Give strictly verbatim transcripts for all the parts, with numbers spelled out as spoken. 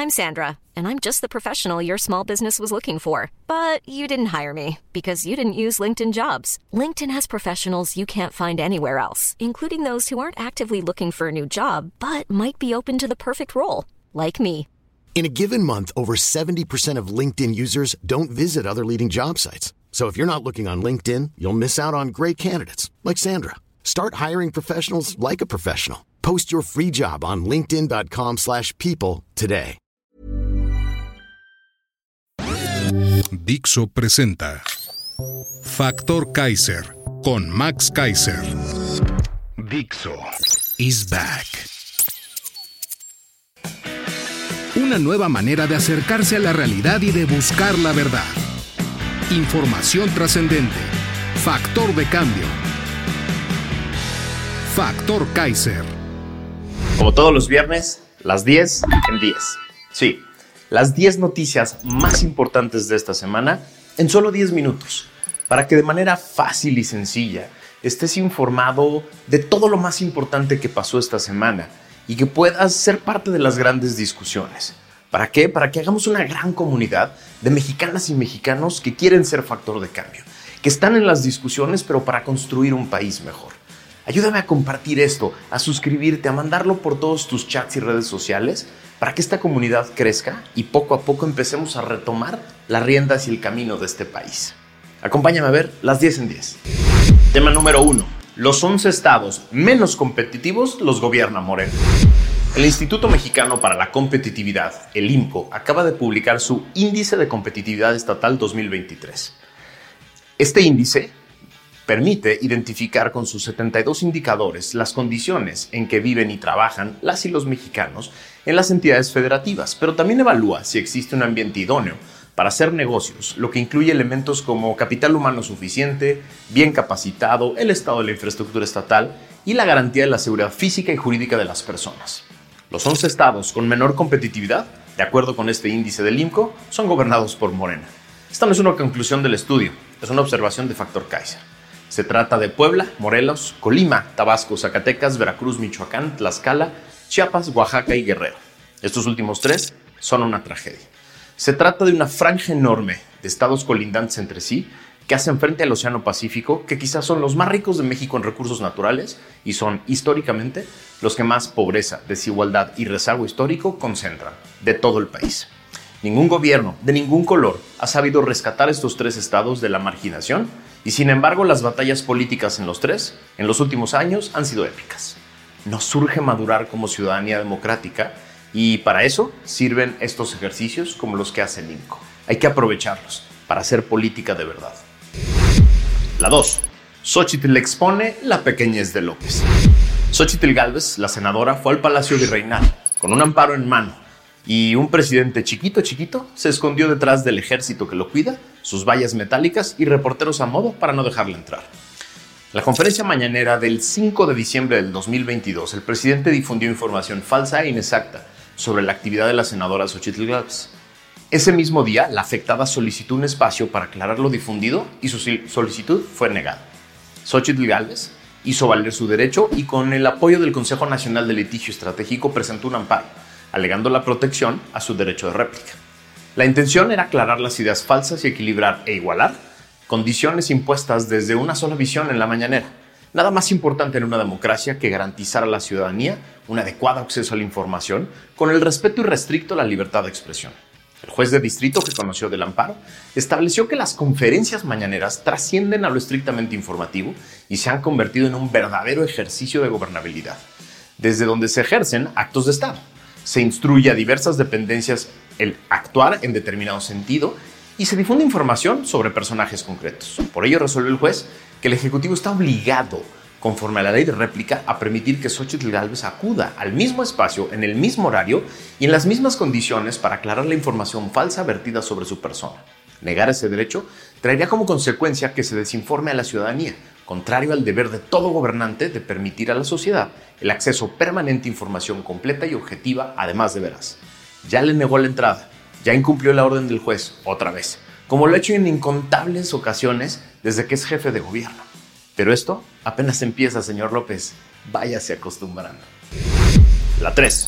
I'm Sandra, and I'm just the professional your small business was looking for. But you didn't hire me because you didn't use LinkedIn Jobs. LinkedIn has professionals you can't find anywhere else, including those who aren't actively looking for a new job, but might be open to the perfect role, like me. In a given month, over seventy percent of LinkedIn users don't visit other leading job sites. So if you're not looking on LinkedIn, you'll miss out on great candidates like Sandra. Start hiring professionals like a professional. Post your free job on linkedin dot com slash people today. Dixo presenta Factor Kaiser con Max Kaiser. Dixo is back. Una nueva manera de acercarse a la realidad y de buscar la verdad. Información trascendente. Factor de cambio. Factor Kaiser. Como todos los viernes, las diez en diez. Sí, las diez noticias más importantes de esta semana en solo diez minutos. Para que de manera fácil y sencilla estés informado de todo lo más importante que pasó esta semana y que puedas ser parte de las grandes discusiones. ¿Para qué? Para que hagamos una gran comunidad de mexicanas y mexicanos que quieren ser factor de cambio, que están en las discusiones, pero para construir un país mejor. Ayúdame a compartir esto, a suscribirte, a mandarlo por todos tus chats y redes sociales para que esta comunidad crezca y poco a poco empecemos a retomar las riendas y el camino de este país. Acompáñame a ver las diez en diez. Tema número uno. Los once estados menos competitivos los gobierna Morena. El Instituto Mexicano para la Competitividad, el I M C O, acaba de publicar su Índice de Competitividad Estatal dos mil veintitrés. Este índice permite identificar con sus setenta y dos indicadores las condiciones en que viven y trabajan las y los mexicanos en las entidades federativas, pero también evalúa si existe un ambiente idóneo para hacer negocios, lo que incluye elementos como capital humano suficiente, bien capacitado, el estado de la infraestructura estatal y la garantía de la seguridad física y jurídica de las personas. Los once estados con menor competitividad, de acuerdo con este índice del I M C O, son gobernados por Morena. Esta no es una conclusión del estudio, es una observación de Factor Kaiser. Se trata de Puebla, Morelos, Colima, Tabasco, Zacatecas, Veracruz, Michoacán, Tlaxcala, Chiapas, Oaxaca y Guerrero. Estos últimos tres son una tragedia. Se trata de una franja enorme de estados colindantes entre sí que hacen frente al Océano Pacífico, que quizás son los más ricos de México en recursos naturales y son, históricamente, los que más pobreza, desigualdad y rezago histórico concentran de todo el país. Ningún gobierno, de ningún color, ha sabido rescatar estos tres estados de la marginación y, sin embargo, las batallas políticas en los tres, en los últimos años, han sido épicas. Nos urge madurar como ciudadanía democrática y para eso sirven estos ejercicios como los que hace el I M C O. Hay que aprovecharlos para hacer política de verdad. La dos. Xóchitl expone la pequeñez de López. Xóchitl Gálvez, la senadora, fue al Palacio Virreinal con un amparo en mano y un presidente chiquito, chiquito, se escondió detrás del ejército que lo cuida, sus vallas metálicas y reporteros a modo para no dejarle entrar. En la conferencia mañanera del cinco de diciembre del dos mil veintidós, el presidente difundió información falsa e inexacta sobre la actividad de la senadora Xóchitl Gálvez. Ese mismo día, la afectada solicitó un espacio para aclarar lo difundido y su solicitud fue negada. Xóchitl Gálvez hizo valer su derecho y con el apoyo del Consejo Nacional de Litigio Estratégico presentó un amparo, alegando la protección a su derecho de réplica. La intención era aclarar las ideas falsas y equilibrar e igualar condiciones impuestas desde una sola visión en la mañanera. Nada más importante en una democracia que garantizar a la ciudadanía un adecuado acceso a la información con el respeto irrestricto a la libertad de expresión. El juez de distrito que conoció del amparo estableció que las conferencias mañaneras trascienden a lo estrictamente informativo y se han convertido en un verdadero ejercicio de gobernabilidad, desde donde se ejercen actos de Estado. Se instruye a diversas dependencias el actuar en determinado sentido y se difunde información sobre personajes concretos. Por ello resuelve el juez que el Ejecutivo está obligado, conforme a la ley de réplica, a permitir que Xóchitl Gálvez acuda al mismo espacio, en el mismo horario y en las mismas condiciones para aclarar la información falsa vertida sobre su persona. Negar ese derecho traería como consecuencia que se desinforme a la ciudadanía, contrario al deber de todo gobernante de permitir a la sociedad el acceso permanente a información completa y objetiva, además de veraz. Ya le negó la entrada, ya incumplió la orden del juez, otra vez, como lo ha hecho en incontables ocasiones desde que es jefe de gobierno. Pero esto apenas empieza, señor López. Váyase acostumbrando. La tres.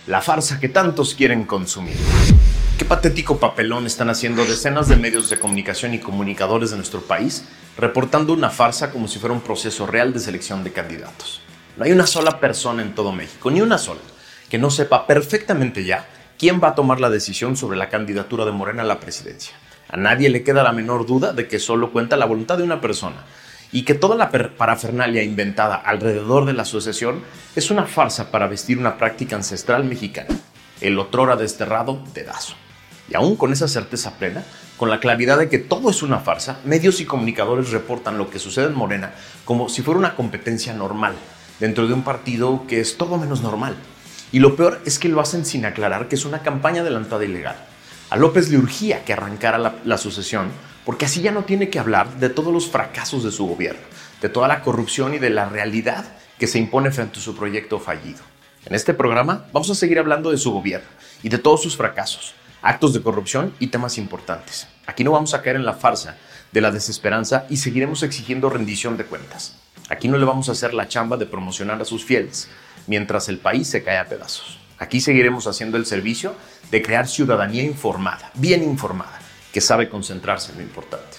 la farsa que tantos quieren consumir. Qué patético papelón están haciendo decenas de medios de comunicación y comunicadores de nuestro país, reportando una farsa como si fuera un proceso real de selección de candidatos. No hay una sola persona en todo México, ni una sola, que no sepa perfectamente ya quién va a tomar la decisión sobre la candidatura de Morena a la presidencia. A nadie le queda la menor duda de que solo cuenta la voluntad de una persona y que toda la parafernalia inventada alrededor de la sucesión es una farsa para vestir una práctica ancestral mexicana, el otrora desterrado dedazo. Y aún con esa certeza plena, con la claridad de que todo es una farsa, medios y comunicadores reportan lo que sucede en Morena como si fuera una competencia normal dentro de un partido que es todo menos normal. Y lo peor es que lo hacen sin aclarar que es una campaña adelantada e ilegal. A López le urgía que arrancara la, la sucesión, porque así ya no tiene que hablar de todos los fracasos de su gobierno, de toda la corrupción y de la realidad que se impone frente a su proyecto fallido. En este programa vamos a seguir hablando de su gobierno y de todos sus fracasos, actos de corrupción y temas importantes. Aquí no vamos a caer en la farsa de la desesperanza y seguiremos exigiendo rendición de cuentas. Aquí no le vamos a hacer la chamba de promocionar a sus fieles, mientras el país se cae a pedazos. Aquí seguiremos haciendo el servicio de crear ciudadanía informada, bien informada, que sabe concentrarse en lo importante.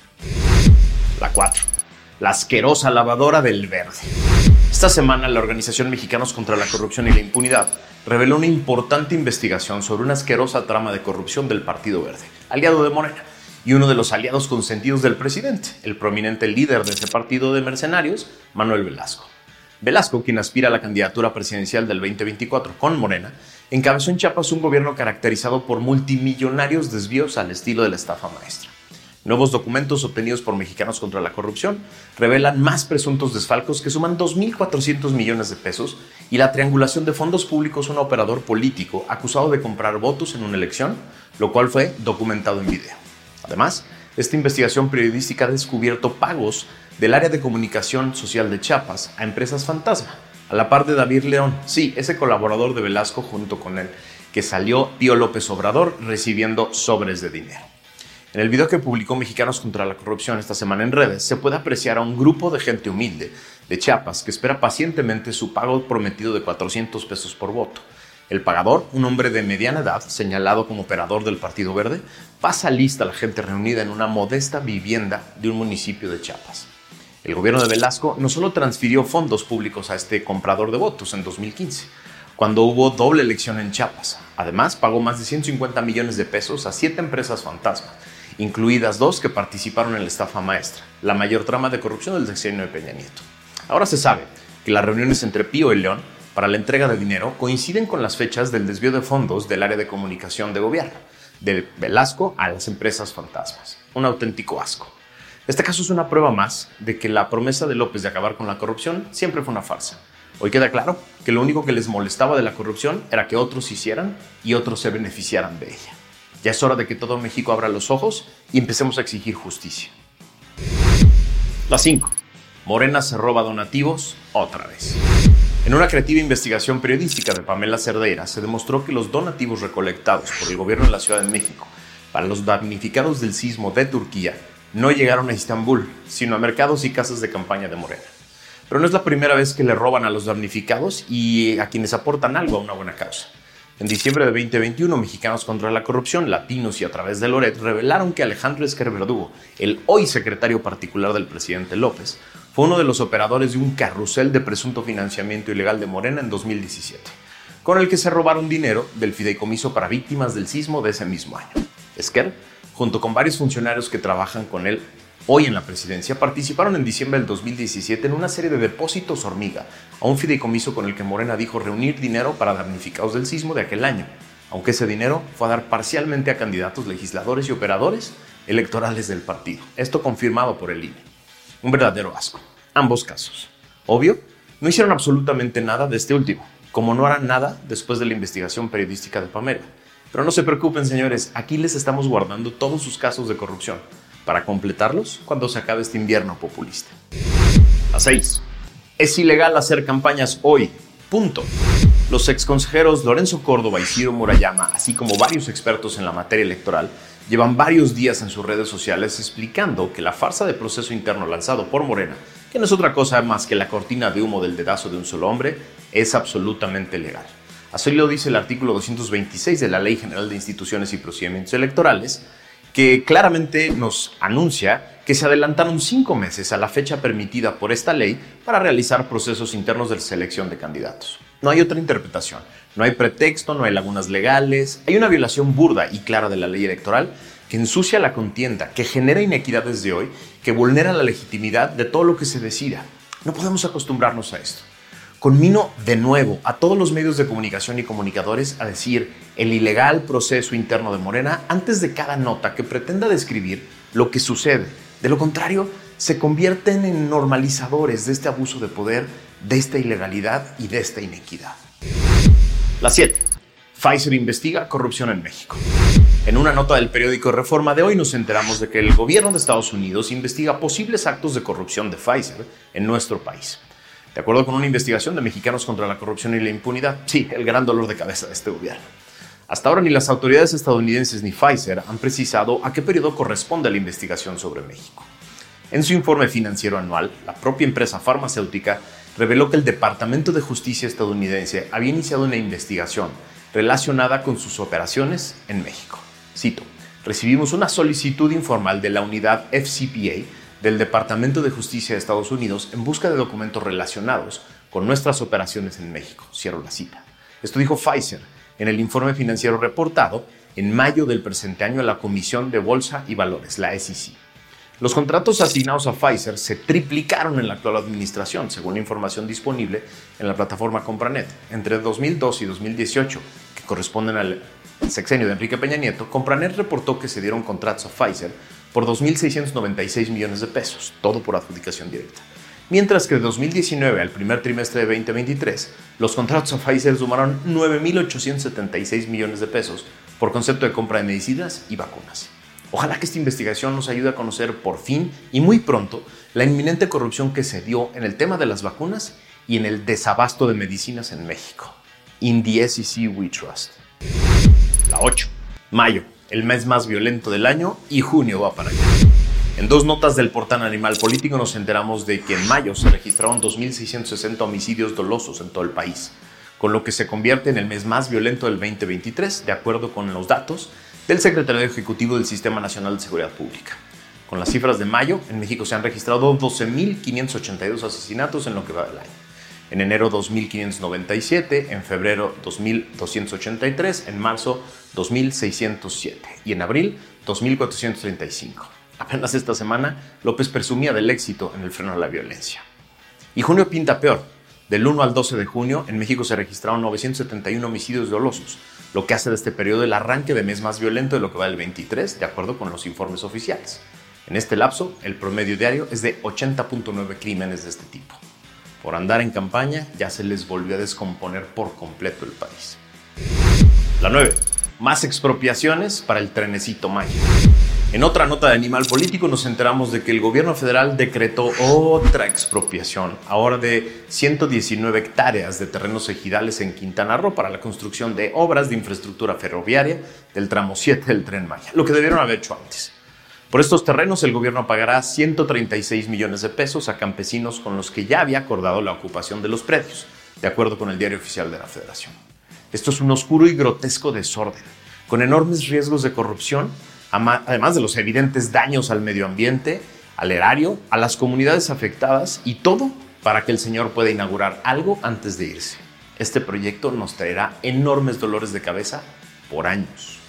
La cuatro. La asquerosa lavadora del verde. Esta semana la Organización Mexicanos contra la Corrupción y la Impunidad reveló una importante investigación sobre una asquerosa trama de corrupción del Partido Verde, aliado de Morena, y uno de los aliados consentidos del presidente, el prominente líder de ese partido de mercenarios, Manuel Velasco. Velasco, quien aspira a la candidatura presidencial del veinte veinticuatro con Morena, encabezó en Chiapas un gobierno caracterizado por multimillonarios desvíos al estilo de la estafa maestra. Nuevos documentos obtenidos por Mexicanos contra la Corrupción revelan más presuntos desfalcos que suman dos mil cuatrocientos millones de pesos y la triangulación de fondos públicos a un operador político acusado de comprar votos en una elección, lo cual fue documentado en video. Además, esta investigación periodística ha descubierto pagos del área de comunicación social de Chiapas a empresas fantasma, a la par de David León, sí, ese colaborador de Velasco junto con él, que salió Pío López Obrador recibiendo sobres de dinero. En el video que publicó Mexicanos contra la Corrupción esta semana en redes, se puede apreciar a un grupo de gente humilde de Chiapas que espera pacientemente su pago prometido de cuatrocientos pesos por voto. El pagador, un hombre de mediana edad, señalado como operador del Partido Verde, pasa lista a la gente reunida en una modesta vivienda de un municipio de Chiapas. El gobierno de Velasco no solo transfirió fondos públicos a este comprador de votos en dos mil quince, cuando hubo doble elección en Chiapas. Además, pagó más de ciento cincuenta millones de pesos a siete empresas fantasma, incluidas dos que participaron en la estafa maestra, la mayor trama de corrupción del sexenio de Peña Nieto. Ahora se sabe que las reuniones entre Pío y León para la entrega de dinero coinciden con las fechas del desvío de fondos del área de comunicación de gobierno, de Velasco a las empresas fantasmas. Un auténtico asco. Este caso es una prueba más de que la promesa de López de acabar con la corrupción siempre fue una farsa. Hoy queda claro que lo único que les molestaba de la corrupción era que otros hicieran y otros se beneficiaran de ella. Ya es hora de que todo México abra los ojos y empecemos a exigir justicia. La cinco. Morena se roba donativos otra vez. En una creativa investigación periodística de Pamela Cerdeira se demostró que los donativos recolectados por el gobierno de la Ciudad de México para los damnificados del sismo de Turquía no llegaron a Estambul, sino a mercados y casas de campaña de Morena. Pero no es la primera vez que le roban a los damnificados y a quienes aportan algo a una buena causa. En diciembre de veinte veintiuno, Mexicanos contra la Corrupción, Latinos y a través de Loret revelaron que Alejandro Esquer Verdugo, el hoy secretario particular del presidente López, fue uno de los operadores de un carrusel de presunto financiamiento ilegal de Morena en dos mil diecisiete, con el que se robaron dinero del fideicomiso para víctimas del sismo de ese mismo año. Esquer, junto con varios funcionarios que trabajan con él hoy en la presidencia, participaron en diciembre del dos mil diecisiete en una serie de depósitos hormiga a un fideicomiso con el que Morena dijo reunir dinero para damnificados del sismo de aquel año, aunque ese dinero fue a dar parcialmente a candidatos, legisladores y operadores electorales del partido. Esto confirmado por el I N E. Un verdadero asco. Ambos casos. Obvio, no hicieron absolutamente nada de este último, como no harán nada después de la investigación periodística de Pamela. Pero no se preocupen, señores, aquí les estamos guardando todos sus casos de corrupción para completarlos cuando se acabe este invierno populista. A seis. Es ilegal hacer campañas hoy. Punto. Los exconsejeros Lorenzo Córdoba y Ciro Murayama, así como varios expertos en la materia electoral, llevan varios días en sus redes sociales explicando que la farsa de proceso interno lanzado por Morena, que no es otra cosa más que la cortina de humo del dedazo de un solo hombre, es absolutamente legal. Así lo dice el artículo doscientos veintiséis de la Ley General de Instituciones y Procedimientos Electorales, que claramente nos anuncia que se adelantaron cinco meses a la fecha permitida por esta ley para realizar procesos internos de selección de candidatos. No hay otra interpretación, no hay pretexto, no hay lagunas legales, hay una violación burda y clara de la ley electoral que ensucia la contienda, que genera inequidad desde hoy, que vulnera la legitimidad de todo lo que se decida. No podemos acostumbrarnos a esto. Conmino de nuevo a todos los medios de comunicación y comunicadores a decir el ilegal proceso interno de Morena antes de cada nota que pretenda describir lo que sucede. De lo contrario, se convierten en normalizadores de este abuso de poder, de esta ilegalidad y de esta inequidad. La siete. Pfizer investiga corrupción en México. En una nota del periódico Reforma de hoy nos enteramos de que el gobierno de Estados Unidos investiga posibles actos de corrupción de Pfizer en nuestro país. De acuerdo con una investigación de Mexicanos contra la Corrupción y la Impunidad, sí, el gran dolor de cabeza de este gobierno. Hasta ahora ni las autoridades estadounidenses ni Pfizer han precisado a qué periodo corresponde la investigación sobre México. En su informe financiero anual, la propia empresa farmacéutica reveló que el Departamento de Justicia estadounidense había iniciado una investigación relacionada con sus operaciones en México. Cito, recibimos una solicitud informal de la unidad F C P A del Departamento de Justicia de Estados Unidos en busca de documentos relacionados con nuestras operaciones en México. Cierro la cita. Esto dijo Pfizer en el informe financiero reportado en mayo del presente año a la Comisión de Bolsa y Valores, la S E C. Los contratos asignados a Pfizer se triplicaron en la actual administración, según la información disponible en la plataforma Compranet. Entre dos mil doce y dos mil dieciocho, que corresponden al sexenio de Enrique Peña Nieto, Compranet reportó que se dieron contratos a Pfizer por dos mil seiscientos noventa y seis millones de pesos, todo por adjudicación directa. Mientras que de dos mil diecinueve al primer trimestre de veinte veintitrés, los contratos a Pfizer sumaron nueve mil ochocientos setenta y seis millones de pesos por concepto de compra de medicinas y vacunas. Ojalá que esta investigación nos ayude a conocer por fin y muy pronto la inminente corrupción que se dio en el tema de las vacunas y en el desabasto de medicinas en México. In the S E C we trust. La ocho. Mayo, el mes más violento del año, y junio va para allá. En dos notas del portal Animal Político nos enteramos de que en mayo se registraron dos mil seiscientos sesenta homicidios dolosos en todo el país, con lo que se convierte en el mes más violento del veinte veintitrés, de acuerdo con los datos del Secretario Ejecutivo del Sistema Nacional de Seguridad Pública. Con las cifras de mayo, en México se han registrado doce mil quinientos ochenta y dos asesinatos en lo que va del año. En enero dos mil quinientos noventa y siete, en febrero dos mil doscientos ochenta y tres, en marzo dos mil seiscientos siete y en abril dos mil cuatrocientos treinta y cinco. Apenas esta semana, López presumía del éxito en el freno a la violencia. Y junio pinta peor. Del uno al doce de junio, en México se registraron novecientos setenta y uno homicidios dolosos, lo que hace de este periodo el arranque de mes más violento de lo que va del veintitrés, de acuerdo con los informes oficiales. En este lapso, el promedio diario es de ochenta punto nueve crímenes de este tipo. Por andar en campaña, ya se les volvió a descomponer por completo el país. La nueve. Más expropiaciones para el trenecito Maya. En otra nota de Animal Político nos enteramos de que el gobierno federal decretó otra expropiación, ahora de ciento diecinueve hectáreas de terrenos ejidales en Quintana Roo para la construcción de obras de infraestructura ferroviaria del tramo siete del Tren Maya, lo que debieron haber hecho antes. Por estos terrenos, el gobierno pagará ciento treinta y seis millones de pesos a campesinos con los que ya había acordado la ocupación de los predios, de acuerdo con el Diario Oficial de la Federación. Esto es un oscuro y grotesco desorden, con enormes riesgos de corrupción, además de los evidentes daños al medio ambiente, al erario, a las comunidades afectadas y todo para que el señor pueda inaugurar algo antes de irse. Este proyecto nos traerá enormes dolores de cabeza por años.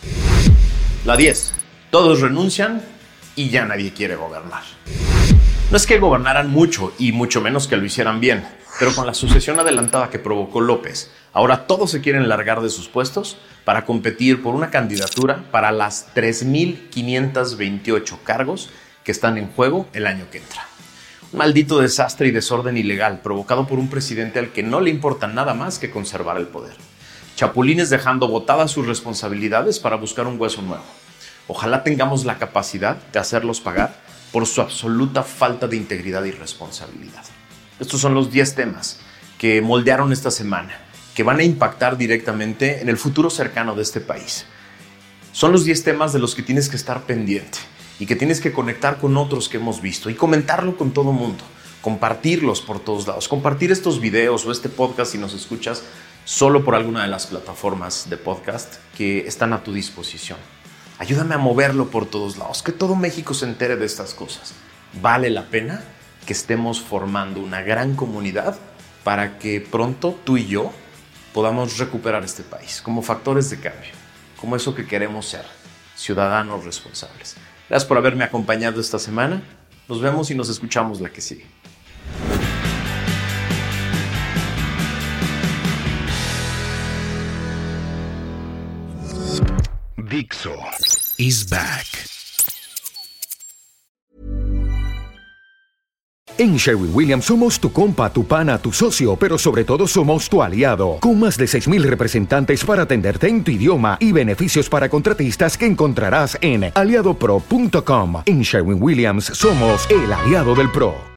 La diez. Todos renuncian y ya nadie quiere gobernar. No es que gobernaran mucho y mucho menos que lo hicieran bien, pero con la sucesión adelantada que provocó López, ahora todos se quieren largar de sus puestos para competir por una candidatura para las tres mil quinientos veintiocho cargos que están en juego el año que entra. Un maldito desastre y desorden ilegal provocado por un presidente al que no le importa nada más que conservar el poder. Chapulines dejando botadas sus responsabilidades para buscar un hueso nuevo. Ojalá tengamos la capacidad de hacerlos pagar por su absoluta falta de integridad y responsabilidad. Estos son los diez temas que moldearon esta semana, que van a impactar directamente en el futuro cercano de este país. Son los diez temas de los que tienes que estar pendiente y que tienes que conectar con otros que hemos visto y comentarlo con todo mundo, compartirlos por todos lados, compartir estos videos o este podcast si nos escuchas solo por alguna de las plataformas de podcast que están a tu disposición. Ayúdame a moverlo por todos lados, que todo México se entere de estas cosas. Vale la pena que estemos formando una gran comunidad para que pronto tú y yo podamos recuperar este país como factores de cambio, como eso que queremos ser, ciudadanos responsables. Gracias por haberme acompañado esta semana. Nos vemos y nos escuchamos la que sigue. Dixo is back. En Sherwin-Williams somos tu compa, tu pana, tu socio, pero sobre todo somos tu aliado, con más de seis mil representantes para atenderte en tu idioma y beneficios para contratistas que encontrarás en aliado pro punto com. En Sherwin-Williams somos el aliado del pro.